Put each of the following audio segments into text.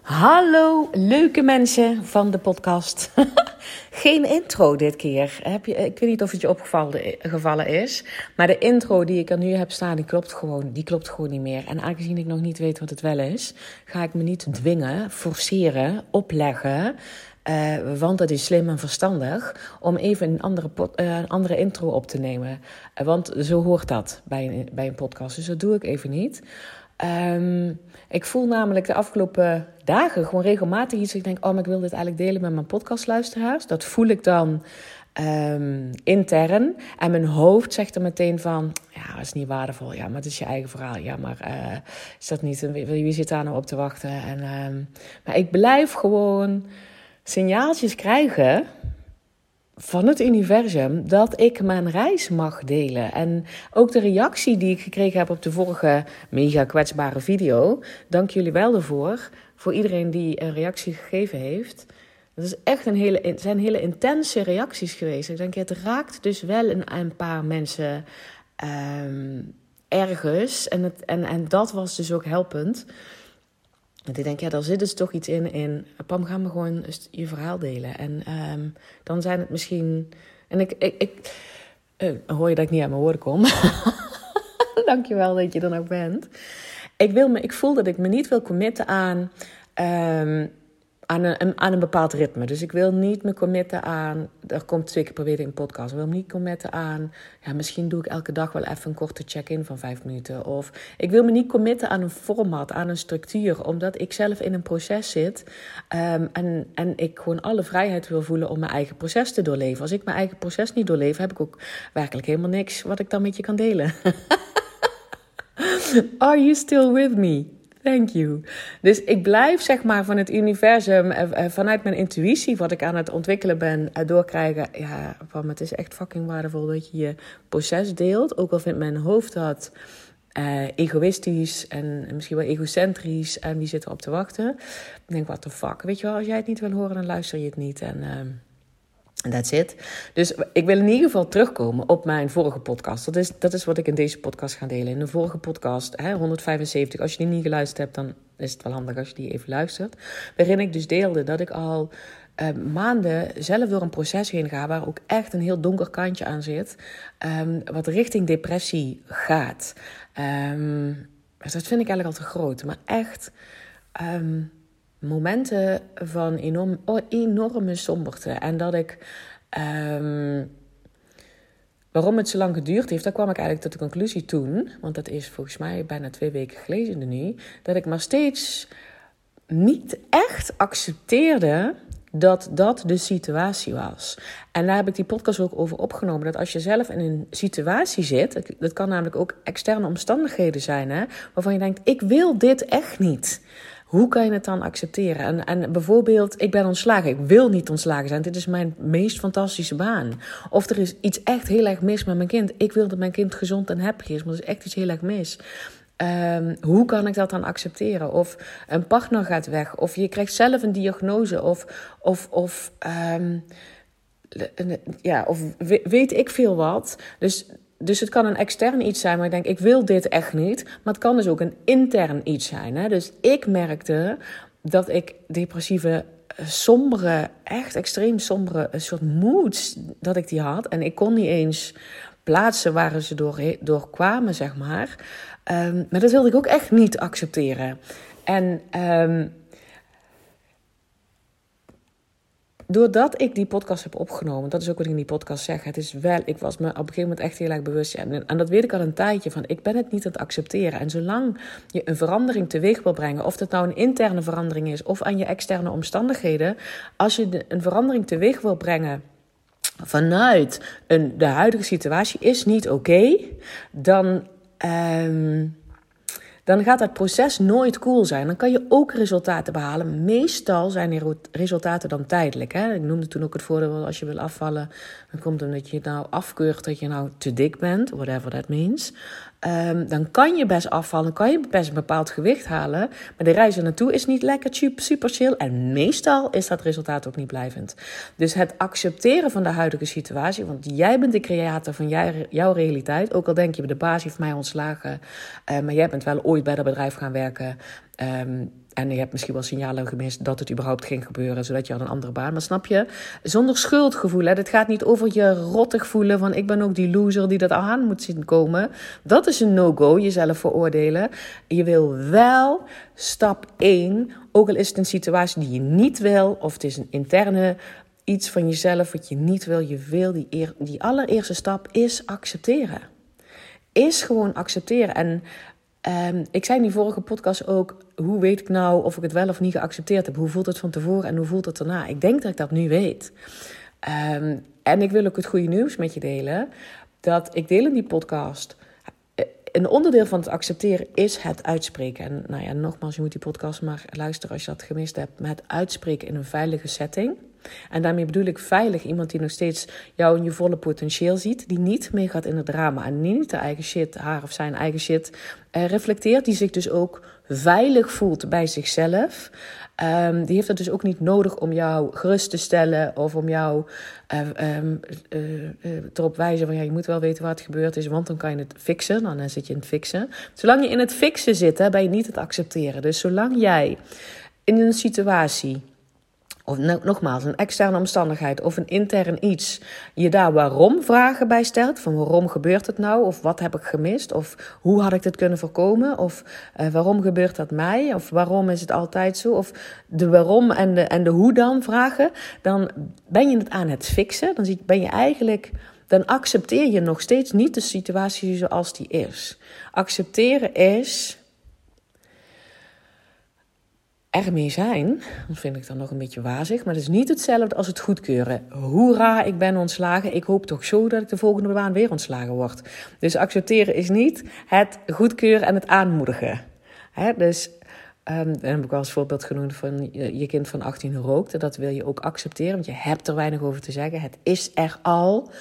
Hallo leuke mensen van de podcast. Geen intro dit keer. Ik weet niet of het je opgevallen is. Maar de intro die ik er nu heb staan, die klopt gewoon niet meer. En aangezien ik nog niet weet wat het wel is, ga ik me niet dwingen, forceren, opleggen. Want het is slim en verstandig om even een andere intro op te nemen. Want zo hoort dat bij een podcast. Dus dat doe ik even niet. Ik voel namelijk de afgelopen dagen gewoon regelmatig iets. Ik denk, maar ik wil dit eigenlijk delen met mijn podcastluisteraars. Dat voel ik dan intern. En mijn hoofd zegt er meteen van, ja, dat is niet waardevol. Ja, maar het is je eigen verhaal. Ja, maar is dat niet, wie zit daar nou op te wachten? Maar ik blijf gewoon signaaltjes krijgen van het universum dat ik mijn reis mag delen. En ook de reactie die ik gekregen heb op de vorige mega kwetsbare video. Dank jullie wel ervoor. Voor iedereen die een reactie gegeven heeft. Het is echt zijn hele intense reacties geweest. Ik denk, het raakt dus wel een paar mensen ergens. En dat was dus ook helpend. Want ik denk, daar zit dus toch iets in. Pam, ga me gewoon je verhaal delen. En dan zijn het misschien... En ik hoor je dat ik niet aan mijn woorden kom? Dankjewel dat je er nog bent. Ik voel dat ik me niet wil committen aan een bepaald ritme. Dus ik wil niet me committen aan... Er komt 2 keer per week een podcast. Ik wil me niet committen aan... Ja, misschien doe ik elke dag wel even een korte check-in van 5 minuten. Of ik wil me niet committen aan een format, aan een structuur. Omdat ik zelf in een proces zit. En ik gewoon alle vrijheid wil voelen om mijn eigen proces te doorleven. Als ik mijn eigen proces niet doorleef, heb ik ook werkelijk helemaal niks wat ik dan met je kan delen. Are you still with me? Thank you. Dus ik blijf zeg maar van het universum, vanuit mijn intuïtie, wat ik aan het ontwikkelen ben, doorkrijgen. Ja, Pam, het is echt fucking waardevol dat je je proces deelt. Ook al vindt mijn hoofd dat egoïstisch en misschien wel egocentrisch. En wie zit er op te wachten? Ik denk, what the fuck? Weet je wel, als jij het niet wil horen, dan luister je het niet. En that's it. Dus ik wil in ieder geval terugkomen op mijn vorige podcast. Dat is wat ik in deze podcast ga delen. In de vorige podcast, 175. Als je die niet geluisterd hebt, dan is het wel handig als je die even luistert. Waarin ik dus deelde dat ik al maanden zelf door een proces heen ga... waar ook echt een heel donker kantje aan zit. Wat richting depressie gaat. Dus dat vind ik eigenlijk al te groot. Maar echt... momenten van enorme somberte. En dat ik... waarom het zo lang geduurd heeft, daar kwam ik eigenlijk tot de conclusie toen. Want dat is volgens mij bijna 2 weken geleden nu. Dat ik maar steeds niet echt accepteerde dat dat de situatie was. En daar heb ik die podcast ook over opgenomen. Dat als je zelf in een situatie zit... Dat kan namelijk ook externe omstandigheden zijn... waarvan je denkt, ik wil dit echt niet... Hoe kan je het dan accepteren? En bijvoorbeeld, ik ben ontslagen. Ik wil niet ontslagen zijn. Dit is mijn meest fantastische baan. Of er is iets echt heel erg mis met mijn kind. Ik wil dat mijn kind gezond en happy is. Maar er is echt iets heel erg mis. Hoe kan ik dat dan accepteren? Of een partner gaat weg. Of je krijgt zelf een diagnose. Of weet ik veel wat. Dus het kan een extern iets zijn, maar ik denk, ik wil dit echt niet. Maar het kan dus ook een intern iets zijn. Hè? Dus ik merkte dat ik depressieve, sombere, echt extreem sombere soort moods, dat ik die had. En ik kon niet eens plaatsen waar ze door kwamen, zeg maar. Maar dat wilde ik ook echt niet accepteren. En... doordat ik die podcast heb opgenomen, dat is ook wat ik in die podcast zeg. Ik was me op een gegeven moment echt heel erg bewust. Ja, en dat weet ik al een tijdje van. Ik ben het niet aan het accepteren. En zolang je een verandering teweeg wil brengen, of dat nou een interne verandering is, of aan je externe omstandigheden. Als je een verandering teweeg wil brengen vanuit de huidige situatie is niet oké, dan gaat dat proces nooit cool zijn. Dan kan je ook resultaten behalen. Meestal zijn die resultaten dan tijdelijk. Hè? Ik noemde toen ook het voordeel, als je wil afvallen, dan komt het omdat je het nou afkeurt dat je nou te dik bent, whatever that means. Dan kan je best afvallen, kan je best een bepaald gewicht halen. Maar de reis er naartoe is niet lekker super chill. En meestal is dat resultaat ook niet blijvend. Dus het accepteren van de huidige situatie. Want jij bent de creator van jouw realiteit. Ook al denk je, de baas heeft mij ontslagen. Maar jij bent wel ooit bij dat bedrijf gaan werken. En je hebt misschien wel signalen gemist dat het überhaupt ging gebeuren, zodat je had een andere baan. Maar snap je? Zonder schuldgevoel. Hè? Het gaat niet over je rottig voelen van ik ben ook die loser die dat aan moet zien komen. Dat is een no-go, jezelf veroordelen. Je wil wel stap 1, ook al is het een situatie die je niet wil, of het is een interne iets van jezelf wat je niet wil. Je wil die allereerste stap is accepteren. Is gewoon accepteren. En ik zei in die vorige podcast ook, hoe weet ik nou of ik het wel of niet geaccepteerd heb? Hoe voelt het van tevoren en hoe voelt het daarna? Ik denk dat ik dat nu weet. En ik wil ook het goede nieuws met je delen. Dat ik deel in die podcast. Een onderdeel van het accepteren is het uitspreken. En nou ja, nogmaals, je moet die podcast maar luisteren als je dat gemist hebt. Maar het uitspreken in een veilige setting. En daarmee bedoel ik veilig iemand die nog steeds jou in je volle potentieel ziet. Die niet meegaat in het drama en niet de eigen shit, haar of zijn eigen shit reflecteert. Die zich dus ook veilig voelt bij zichzelf. Die heeft het dus ook niet nodig om jou gerust te stellen of om jou erop wijzen van ja, je moet wel weten wat er gebeurd is, want dan kan je het fixen. Dan zit je in het fixen. Zolang je in het fixen zit, ben je niet het accepteren. Dus zolang jij in een situatie, of nogmaals, een externe omstandigheid of een intern iets, je daar waarom vragen bij stelt. Van waarom gebeurt het nou? Of wat heb ik gemist? Of hoe had ik dit kunnen voorkomen? Of waarom gebeurt dat mij? Of waarom is het altijd zo? Of de waarom en de hoe dan vragen. Dan ben je het aan het fixen. Dan accepteer je nog steeds niet de situatie zoals die is. Accepteren is ermee zijn, dat vind ik dan nog een beetje wazig, maar het is niet hetzelfde als het goedkeuren. Hoera, ik ben ontslagen. Ik hoop toch zo dat ik de volgende baan weer ontslagen word. Dus accepteren is niet het goedkeuren en het aanmoedigen. Dus dan heb ik wel als voorbeeld genoemd van je kind van 18 rookt. Dat wil je ook accepteren, want je hebt er weinig over te zeggen. Het is er al.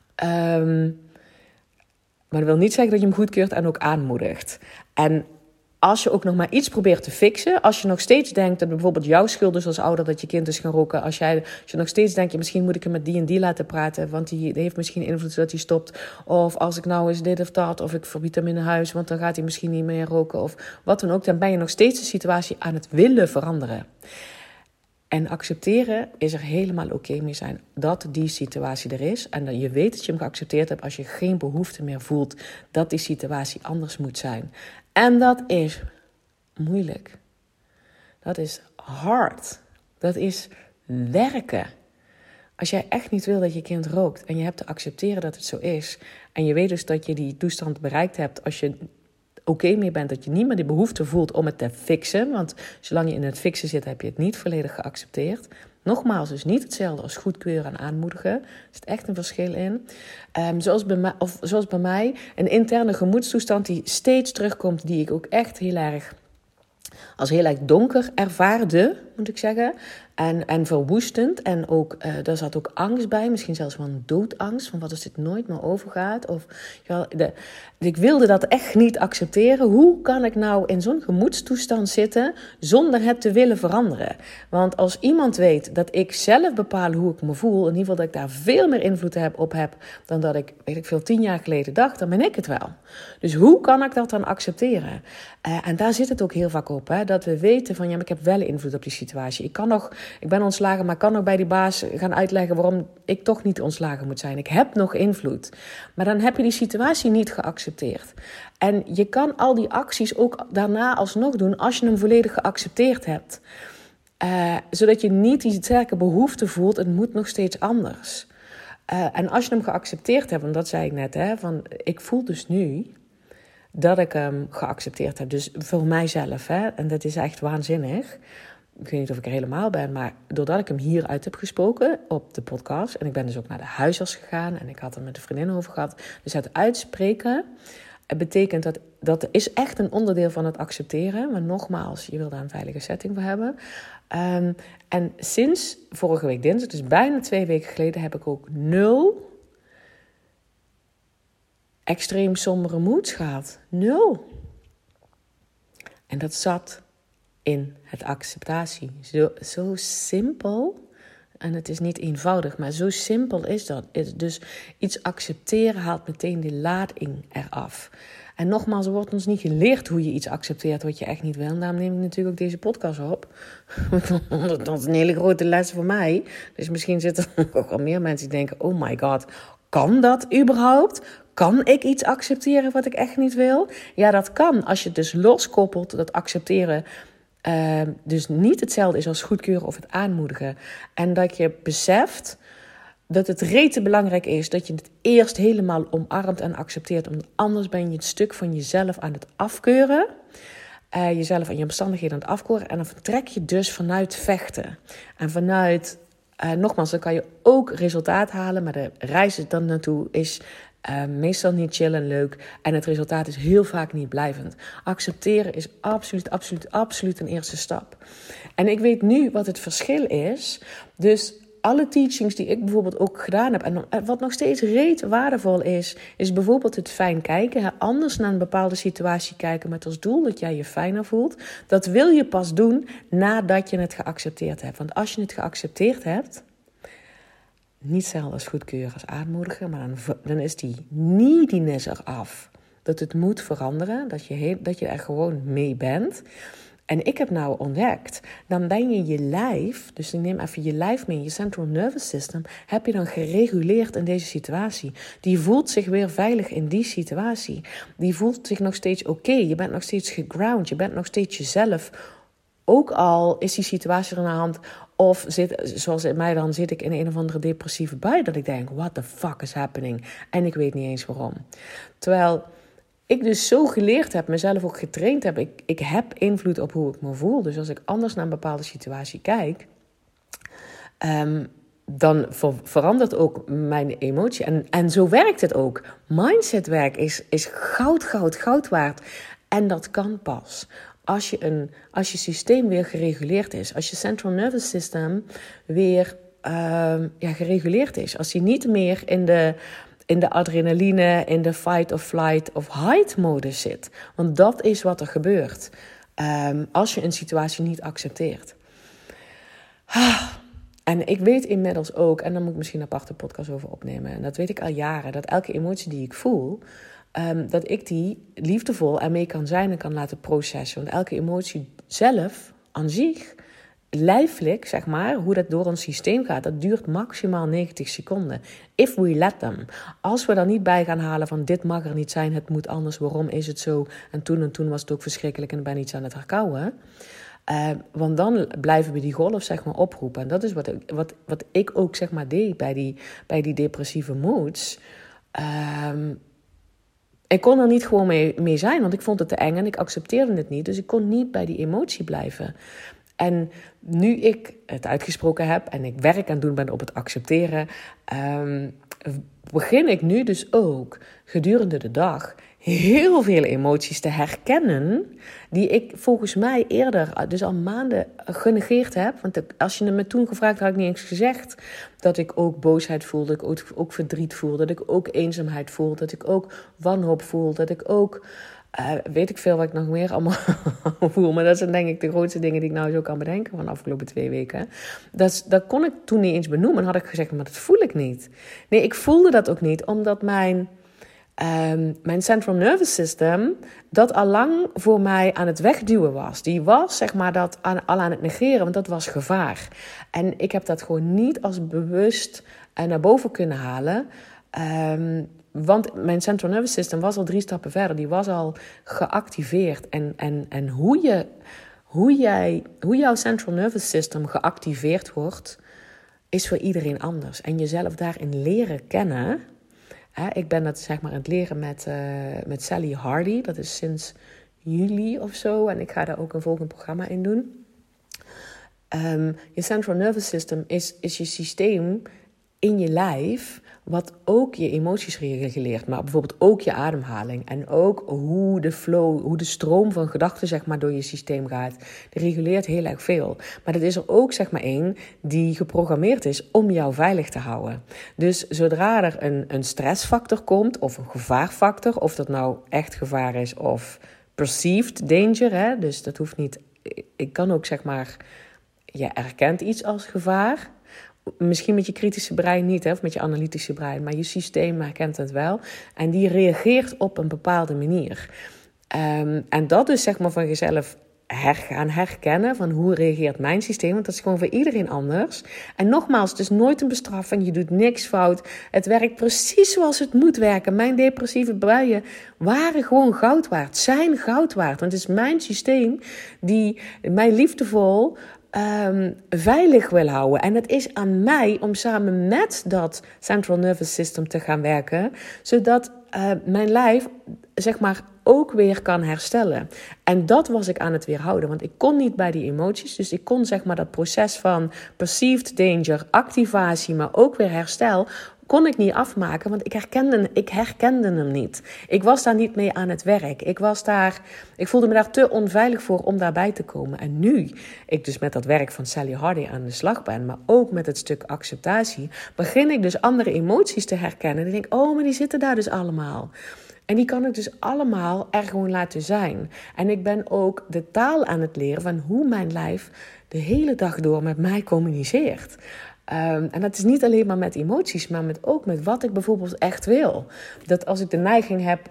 Maar dat wil niet zeggen dat je hem goedkeurt en ook aanmoedigt. En als je ook nog maar iets probeert te fixen, als je nog steeds denkt dat bijvoorbeeld jouw schuld is als ouder dat je kind is gaan roken, als je nog steeds denkt, misschien moet ik hem met die en die laten praten, want die heeft misschien invloed zodat hij stopt. Of als ik nou eens dit of dat, of ik verbied hem in huis, want dan gaat hij misschien niet meer roken. Of wat dan ook, dan ben je nog steeds de situatie aan het willen veranderen. En accepteren is er helemaal oké mee zijn dat die situatie er is. En dat je weet dat je hem geaccepteerd hebt als je geen behoefte meer voelt dat die situatie anders moet zijn. En dat is moeilijk. Dat is hard. Dat is werken. Als jij echt niet wil dat je kind rookt en je hebt te accepteren dat het zo is. En je weet dus dat je die toestand bereikt hebt als je oké mee bent, dat je niet meer de behoefte voelt om het te fixen. Want zolang je in het fixen zit, heb je het niet volledig geaccepteerd. Nogmaals, dus niet hetzelfde als goedkeuren en aanmoedigen. Er zit echt een verschil in. Zoals bij mij, een interne gemoedstoestand die steeds terugkomt, die ik ook echt heel erg donker ervaarde, moet ik zeggen. En verwoestend. En ook, daar zat ook angst bij. Misschien zelfs wel een doodangst. Van wat als dit nooit meer overgaat. Of, ik wilde dat echt niet accepteren. Hoe kan ik nou in zo'n gemoedstoestand zitten zonder het te willen veranderen? Want als iemand weet dat ik zelf bepaal hoe ik me voel, in ieder geval dat ik daar veel meer invloed op heb dan dat ik, 10 jaar geleden dacht, dan ben ik het wel. Dus hoe kan ik dat dan accepteren? En daar zit het ook heel vaak op. Hè, dat we weten van, maar ik heb wel invloed op die situatie. Ik ben ontslagen, maar ik kan nog bij die baas gaan uitleggen waarom ik toch niet ontslagen moet zijn. Ik heb nog invloed. Maar dan heb je die situatie niet geaccepteerd. En je kan al die acties ook daarna alsnog doen als je hem volledig geaccepteerd hebt. Zodat je niet die sterke behoefte voelt, het moet nog steeds anders. En als je hem geaccepteerd hebt, en dat zei ik net, van ik voel dus nu dat ik hem geaccepteerd heb. Dus voor mijzelf, en dat is echt waanzinnig. Ik weet niet of ik er helemaal ben, maar doordat ik hem hieruit heb gesproken op de podcast, en ik ben dus ook naar de huisarts gegaan en ik had er met een vriendin over gehad. Dus het uitspreken betekent dat is echt een onderdeel van het accepteren. Maar nogmaals, je wil daar een veilige setting voor hebben. En sinds vorige week dinsdag, dus bijna 2 weken geleden, heb ik ook 0 extreem sombere moods gehad. 0. En dat zat in het acceptatie. Zo simpel. En het is niet eenvoudig, maar zo simpel is dat. Dus iets accepteren haalt meteen de lading eraf. En nogmaals, er wordt ons niet geleerd hoe je iets accepteert wat je echt niet wil. En daarom neem ik natuurlijk ook deze podcast op. Dat is een hele grote les voor mij. Dus misschien zitten er nog wel meer mensen die denken, oh my god, kan dat überhaupt? Kan ik iets accepteren wat ik echt niet wil? Ja, dat kan. Als je het dus loskoppelt, dat accepteren dus niet hetzelfde is als goedkeuren of het aanmoedigen. En dat je beseft dat het rete belangrijk is dat je het eerst helemaal omarmt en accepteert. Want anders ben je het stuk van jezelf aan het afkeuren. Jezelf en je omstandigheden aan het afkeuren. En dan vertrek je dus vanuit vechten. En vanuit, nogmaals, dan kan je ook resultaat halen. Maar de reis dan naartoe is meestal niet chill en leuk. En het resultaat is heel vaak niet blijvend. Accepteren is absoluut een eerste stap. En ik weet nu wat het verschil is. Dus alle teachings die ik bijvoorbeeld ook gedaan heb, en wat nog steeds reet waardevol is bijvoorbeeld het fijn kijken. Anders naar een bepaalde situatie kijken met als doel dat jij je fijner voelt. Dat wil je pas doen nadat je het geaccepteerd hebt. Want als je het geaccepteerd hebt, niet hetzelfde als goedkeuren, als aanmoedigen, maar dan is die neediness eraf. Dat het moet veranderen, dat je er gewoon mee bent. En ik heb nou ontdekt, dan ben je lijf, dus ik neem even je lijf mee, je central nervous system, heb je dan gereguleerd in deze situatie. Die voelt zich weer veilig in die situatie. Die voelt zich nog steeds oké. Je bent nog steeds geground, je bent nog steeds jezelf. Ook al is die situatie er aan de hand, of zoals in mij dan, zit ik in een of andere depressieve bui, dat ik denk, what the fuck is happening? En ik weet niet eens waarom. Terwijl ik dus zo geleerd heb, mezelf ook getraind heb. Ik heb invloed op hoe ik me voel. Dus als ik anders naar een bepaalde situatie kijk, dan verandert ook mijn emotie. En zo werkt het ook. Mindsetwerk is goud waard. En dat kan pas als je systeem weer gereguleerd is. Als je central nervous system weer gereguleerd is. Als die niet meer in de adrenaline, in de fight of flight of hide modus zit. Want dat is wat er gebeurt als je een situatie niet accepteert. En ik weet inmiddels ook, en daar moet ik misschien een aparte podcast over opnemen, en dat weet ik al jaren, dat elke emotie die ik voel, dat ik die liefdevol ermee kan zijn en kan laten processen. Want elke emotie zelf, aan zich, lijfelijk, zeg maar, hoe dat door ons systeem gaat, dat duurt maximaal 90 seconden. If we let them. Als we er niet bij gaan halen van dit mag er niet zijn, het moet anders, waarom is het zo? En toen was het ook verschrikkelijk en ik ben iets aan het herkauwen. Want dan blijven we die golf, zeg maar, oproepen. En dat is wat ik ook, zeg maar, deed bij die depressieve moods. Ik kon er niet gewoon mee zijn, want ik vond het te eng en ik accepteerde het niet. Dus ik kon niet bij die emotie blijven. En nu ik het uitgesproken heb en ik werk aan het doen ben op het accepteren, begin ik nu dus ook gedurende de dag heel veel emoties te herkennen die ik volgens mij eerder, dus al maanden, genegeerd heb. Want als je me toen gevraagd had ik niet eens gezegd dat ik ook boosheid voel, dat ik ook verdriet voel, dat ik ook eenzaamheid voel, dat ik ook wanhoop voel, dat ik ook weet ik veel wat ik nog meer allemaal voel. Maar dat zijn denk ik de grootste dingen die ik nou zo kan bedenken van de afgelopen 2 weken. Dat kon ik toen niet eens benoemen. En had ik gezegd, maar dat voel ik niet. Nee, ik voelde dat ook niet, omdat mijn central nervous system dat al lang voor mij aan het wegduwen was. Die was, zeg maar, dat al aan het negeren, want dat was gevaar. En ik heb dat gewoon niet als bewust naar boven kunnen halen. Want mijn central nervous system was al 3 stappen verder. Die was al geactiveerd. En hoe jouw central nervous system geactiveerd wordt, is voor iedereen anders. En jezelf daarin leren kennen. Ik ben dat, zeg maar, aan het leren met Sally Hardy. Dat is sinds juli of zo. En ik ga daar ook een volgend programma in doen. Je central nervous system is je systeem in je lijf, wat ook je emoties reguleert, maar bijvoorbeeld ook je ademhaling en ook hoe de stroom van gedachten, zeg maar, door je systeem gaat. Die reguleert heel erg veel. Maar dat is er ook, zeg maar, één die geprogrammeerd is om jou veilig te houden. Dus zodra er een stressfactor komt of een gevaarfactor, of dat nou echt gevaar is of perceived danger, hè, dus dat hoeft niet. Ik kan ook, zeg maar, je erkent iets als gevaar. Misschien met je kritische brein niet, hè, of met je analytische brein. Maar je systeem herkent het wel. En die reageert op een bepaalde manier. En dat dus zeg maar van jezelf gaan herkennen van hoe reageert mijn systeem. Want dat is gewoon voor iedereen anders. En nogmaals, het is nooit een bestraffing. Je doet niks fout. Het werkt precies zoals het moet werken. Mijn depressieve buien waren gewoon goud waard. Zijn goud waard. Want het is mijn systeem die mij liefdevol veilig wil houden. En het is aan mij om samen met dat Central Nervous System te gaan werken. Zodat mijn lijf zeg maar ook weer kan herstellen. En dat was ik aan het weerhouden. Want ik kon niet bij die emoties. Dus ik kon zeg maar dat proces van perceived danger, activatie, maar ook weer herstel, kon ik niet afmaken, want ik herkende hem niet. Ik was daar niet mee aan het werk. Ik voelde me daar te onveilig voor om daarbij te komen. En nu ik dus met dat werk van Sally Hardy aan de slag ben, maar ook met het stuk acceptatie, begin ik dus andere emoties te herkennen. En ik denk, oh, maar die zitten daar dus allemaal. En die kan ik dus allemaal er gewoon laten zijn. En ik ben ook de taal aan het leren van hoe mijn lijf de hele dag door met mij communiceert. En dat is niet alleen maar met emoties, maar ook met wat ik bijvoorbeeld echt wil. Dat als ik de neiging heb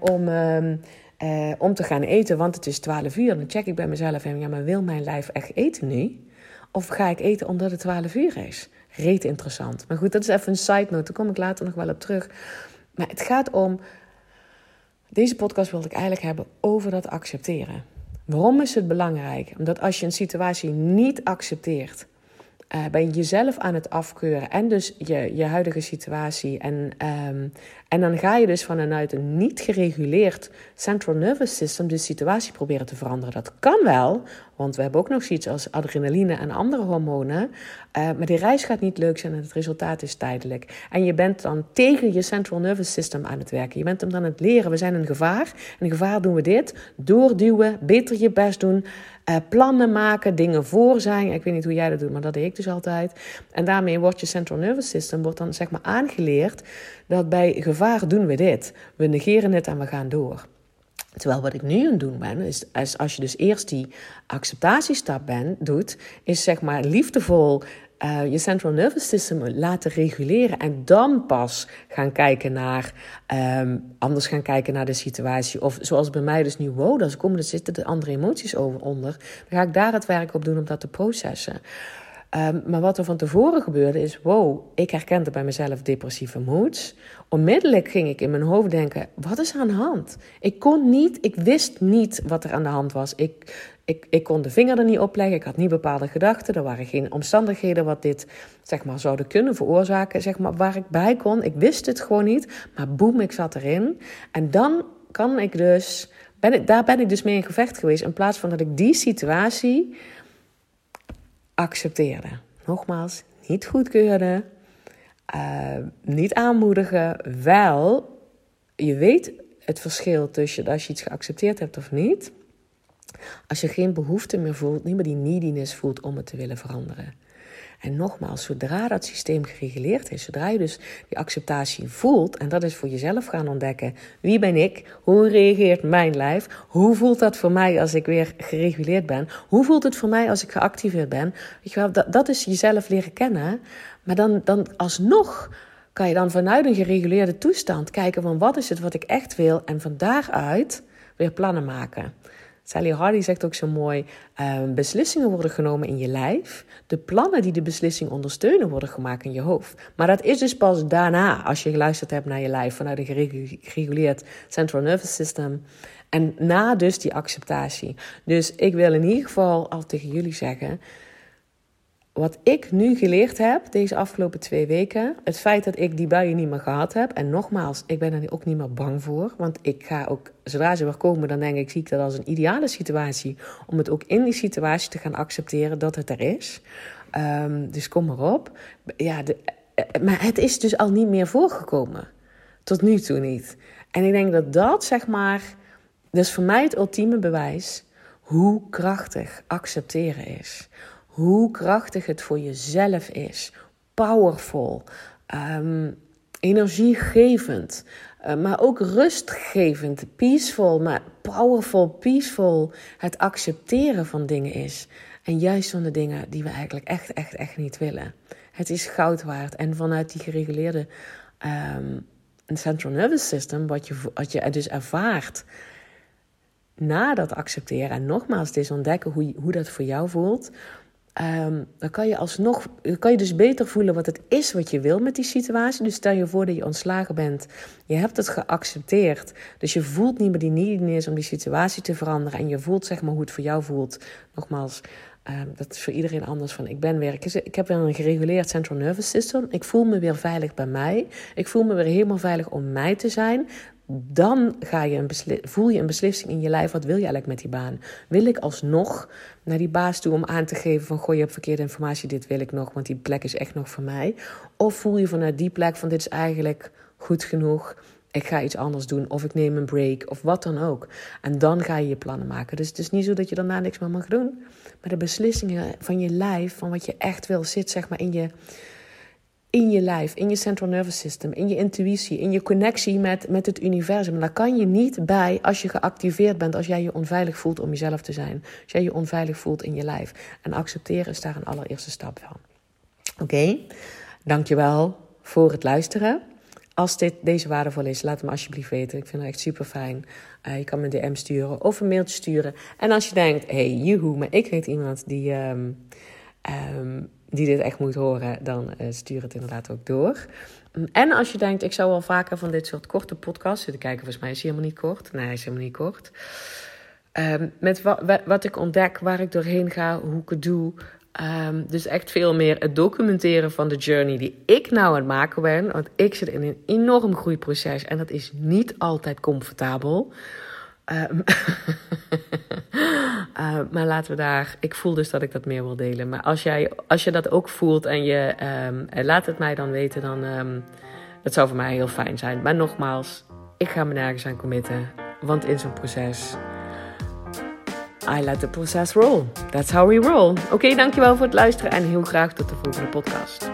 om te gaan eten, want het is 12 uur, dan check ik bij mezelf en ja, maar wil mijn lijf echt eten nu? Of ga ik eten omdat het 12 uur is? Reet interessant. Maar goed, dat is even een side note, daar kom ik later nog wel op terug. Maar het gaat om, deze podcast wilde ik eigenlijk hebben over dat accepteren. Waarom is het belangrijk? Omdat als je een situatie niet accepteert, ben je jezelf aan het afkeuren en dus je huidige situatie. En dan ga je dus vanuit een niet gereguleerd Central Nervous System de situatie proberen te veranderen. Dat kan wel, want we hebben ook nog zoiets als adrenaline en andere hormonen. Maar die reis gaat niet leuk zijn en het resultaat is tijdelijk. En je bent dan tegen je Central Nervous System aan het werken. Je bent hem dan aan het leren, we zijn een gevaar. En in gevaar doen we dit, doorduwen, beter je best doen, plannen maken, dingen voor zijn. Ik weet niet hoe jij dat doet, maar dat deed ik dus altijd. En daarmee wordt je Central Nervous System dan zeg maar aangeleerd dat bij gevaar doen we dit. We negeren het en we gaan door. Terwijl wat ik nu aan het doen ben, is als je dus eerst die acceptatiestap doet, is zeg maar liefdevol je Central Nervous System laten reguleren en dan pas gaan kijken naar, anders gaan kijken naar de situatie. Of zoals bij mij dus nu, wow, er zitten de andere emoties onder. Dan ga ik daar het werk op doen om dat te processen. Maar wat er van tevoren gebeurde is, wow, ik herkende bij mezelf depressieve moods. Onmiddellijk ging ik in mijn hoofd denken, wat is er aan de hand? Ik wist niet wat er aan de hand was. Ik kon de vinger er niet op leggen, ik had niet bepaalde gedachten. Er waren geen omstandigheden wat dit zeg maar zouden kunnen veroorzaken, zeg maar, waar ik bij kon. Ik wist het gewoon niet, maar boem, ik zat erin. En dan kan ik dus, daar ben ik dus mee in gevecht geweest, in plaats van dat ik die situatie accepteerde. Nogmaals, niet goedkeurde, niet aanmoedigen. Wel, je weet het verschil tussen als je iets geaccepteerd hebt of niet. Als je geen behoefte meer voelt, niet meer die neediness voelt om het te willen veranderen. En nogmaals, zodra dat systeem gereguleerd is, zodra je dus die acceptatie voelt, en dat is voor jezelf gaan ontdekken, wie ben ik? Hoe reageert mijn lijf? Hoe voelt dat voor mij als ik weer gereguleerd ben? Hoe voelt het voor mij als ik geactiveerd ben? Weet je wel, dat is jezelf leren kennen. Maar dan alsnog kan je dan vanuit een gereguleerde toestand kijken van wat is het wat ik echt wil en van daaruit weer plannen maken. Sally Hardy zegt ook zo mooi, beslissingen worden genomen in je lijf. De plannen die de beslissing ondersteunen worden gemaakt in je hoofd. Maar dat is dus pas daarna, als je geluisterd hebt naar je lijf vanuit een gereguleerd Central Nervous System. En na dus die acceptatie. Dus ik wil in ieder geval al tegen jullie zeggen, wat ik nu geleerd heb deze afgelopen 2 weken, het feit dat ik die buien niet meer gehad heb. En nogmaals, ik ben er ook niet meer bang voor. Want ik ga ook, zodra ze weer komen, dan denk ik, zie ik dat als een ideale situatie. Om het ook in die situatie te gaan accepteren dat het er is. Dus kom maar op. Ja, maar het is dus al niet meer voorgekomen. Tot nu toe niet. En ik denk dat zeg maar, dat is voor mij het ultieme bewijs hoe krachtig accepteren is. Hoe krachtig het voor jezelf is. Powerful. Energiegevend. Maar ook rustgevend. Peaceful. Maar powerful, peaceful. Het accepteren van dingen is. En juist van de dingen die we eigenlijk echt niet willen. Het is goud waard. En vanuit die gereguleerde central nervous system, wat je dus ervaart na dat accepteren en nogmaals dit ontdekken hoe dat voor jou voelt, dan kan je dus beter voelen wat het is wat je wil met die situatie. Dus stel je voor dat je ontslagen bent. Je hebt het geaccepteerd. Dus je voelt niet meer die neediness om die situatie te veranderen. En je voelt zeg maar hoe het voor jou voelt. Nogmaals, dat is voor iedereen anders. Ik heb weer een gereguleerd central nervous system. Ik voel me weer veilig bij mij. Ik voel me weer helemaal veilig om mij te zijn. Dan voel je een beslissing in je lijf. Wat wil je eigenlijk met die baan? Wil ik alsnog naar die baas toe om aan te geven van, goh, je hebt verkeerde informatie, dit wil ik nog, want die plek is echt nog voor mij. Of voel je vanuit die plek van, dit is eigenlijk goed genoeg, ik ga iets anders doen, of ik neem een break, of wat dan ook. En dan ga je je plannen maken. Dus het is niet zo dat je daarna niks meer mag doen. Maar de beslissingen van je lijf, van wat je echt wil, zit zeg maar in je lijf, in je central nervous system, in je intuïtie, in je connectie met het universum. En daar kan je niet bij als je geactiveerd bent, als jij je onveilig voelt om jezelf te zijn. Als jij je onveilig voelt in je lijf. En accepteren is daar een allereerste stap van. Oké, dankjewel voor het luisteren. Als deze waardevol is, laat me alsjeblieft weten. Ik vind het echt super fijn. Je kan me een DM sturen of een mailtje sturen. En als je denkt, hey, joehoe, maar ik weet iemand die dit echt moet horen, dan stuur het inderdaad ook door. En als je denkt, ik zou wel vaker van dit soort korte podcasts zitten kijken. Volgens mij is hij helemaal niet kort. Nee, hij is helemaal niet kort. Met wat ik ontdek, waar ik doorheen ga, hoe ik het doe. Dus echt veel meer het documenteren van de journey die ik nou aan het maken ben. Want ik zit in een enorm groeiproces en dat is niet altijd comfortabel. Maar laten we ik voel dus dat ik dat meer wil delen. Maar als je dat ook voelt en je laat het mij dan weten, dan dat zou voor mij heel fijn zijn. Maar nogmaals, ik ga me nergens aan committen. Want in zo'n proces, I let the process roll. That's how we roll. Oké, dankjewel voor het luisteren en heel graag tot de volgende podcast.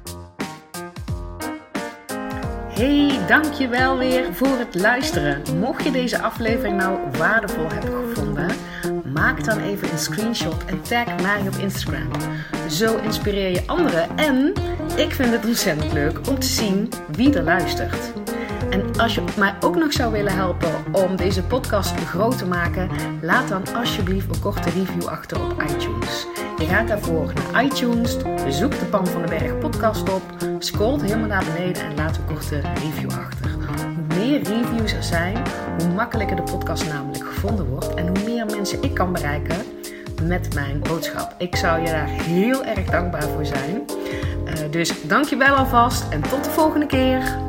Hey, dankjewel weer voor het luisteren. Mocht je deze aflevering nou waardevol hebben gevonden, maak dan even een screenshot en tag mij op Instagram. Zo inspireer je anderen en ik vind het ontzettend leuk om te zien wie er luistert. En als je mij ook nog zou willen helpen om deze podcast groot te maken, laat dan alsjeblieft een korte review achter op iTunes. Je gaat daarvoor naar iTunes, zoek de Pam van den Berg podcast op, scrolt helemaal naar beneden en laat een korte review achter. Hoe meer reviews er zijn, hoe makkelijker de podcast namelijk gevonden wordt en hoe meer mensen ik kan bereiken met mijn boodschap. Ik zou je daar heel erg dankbaar voor zijn. Dus dankjewel alvast en tot de volgende keer.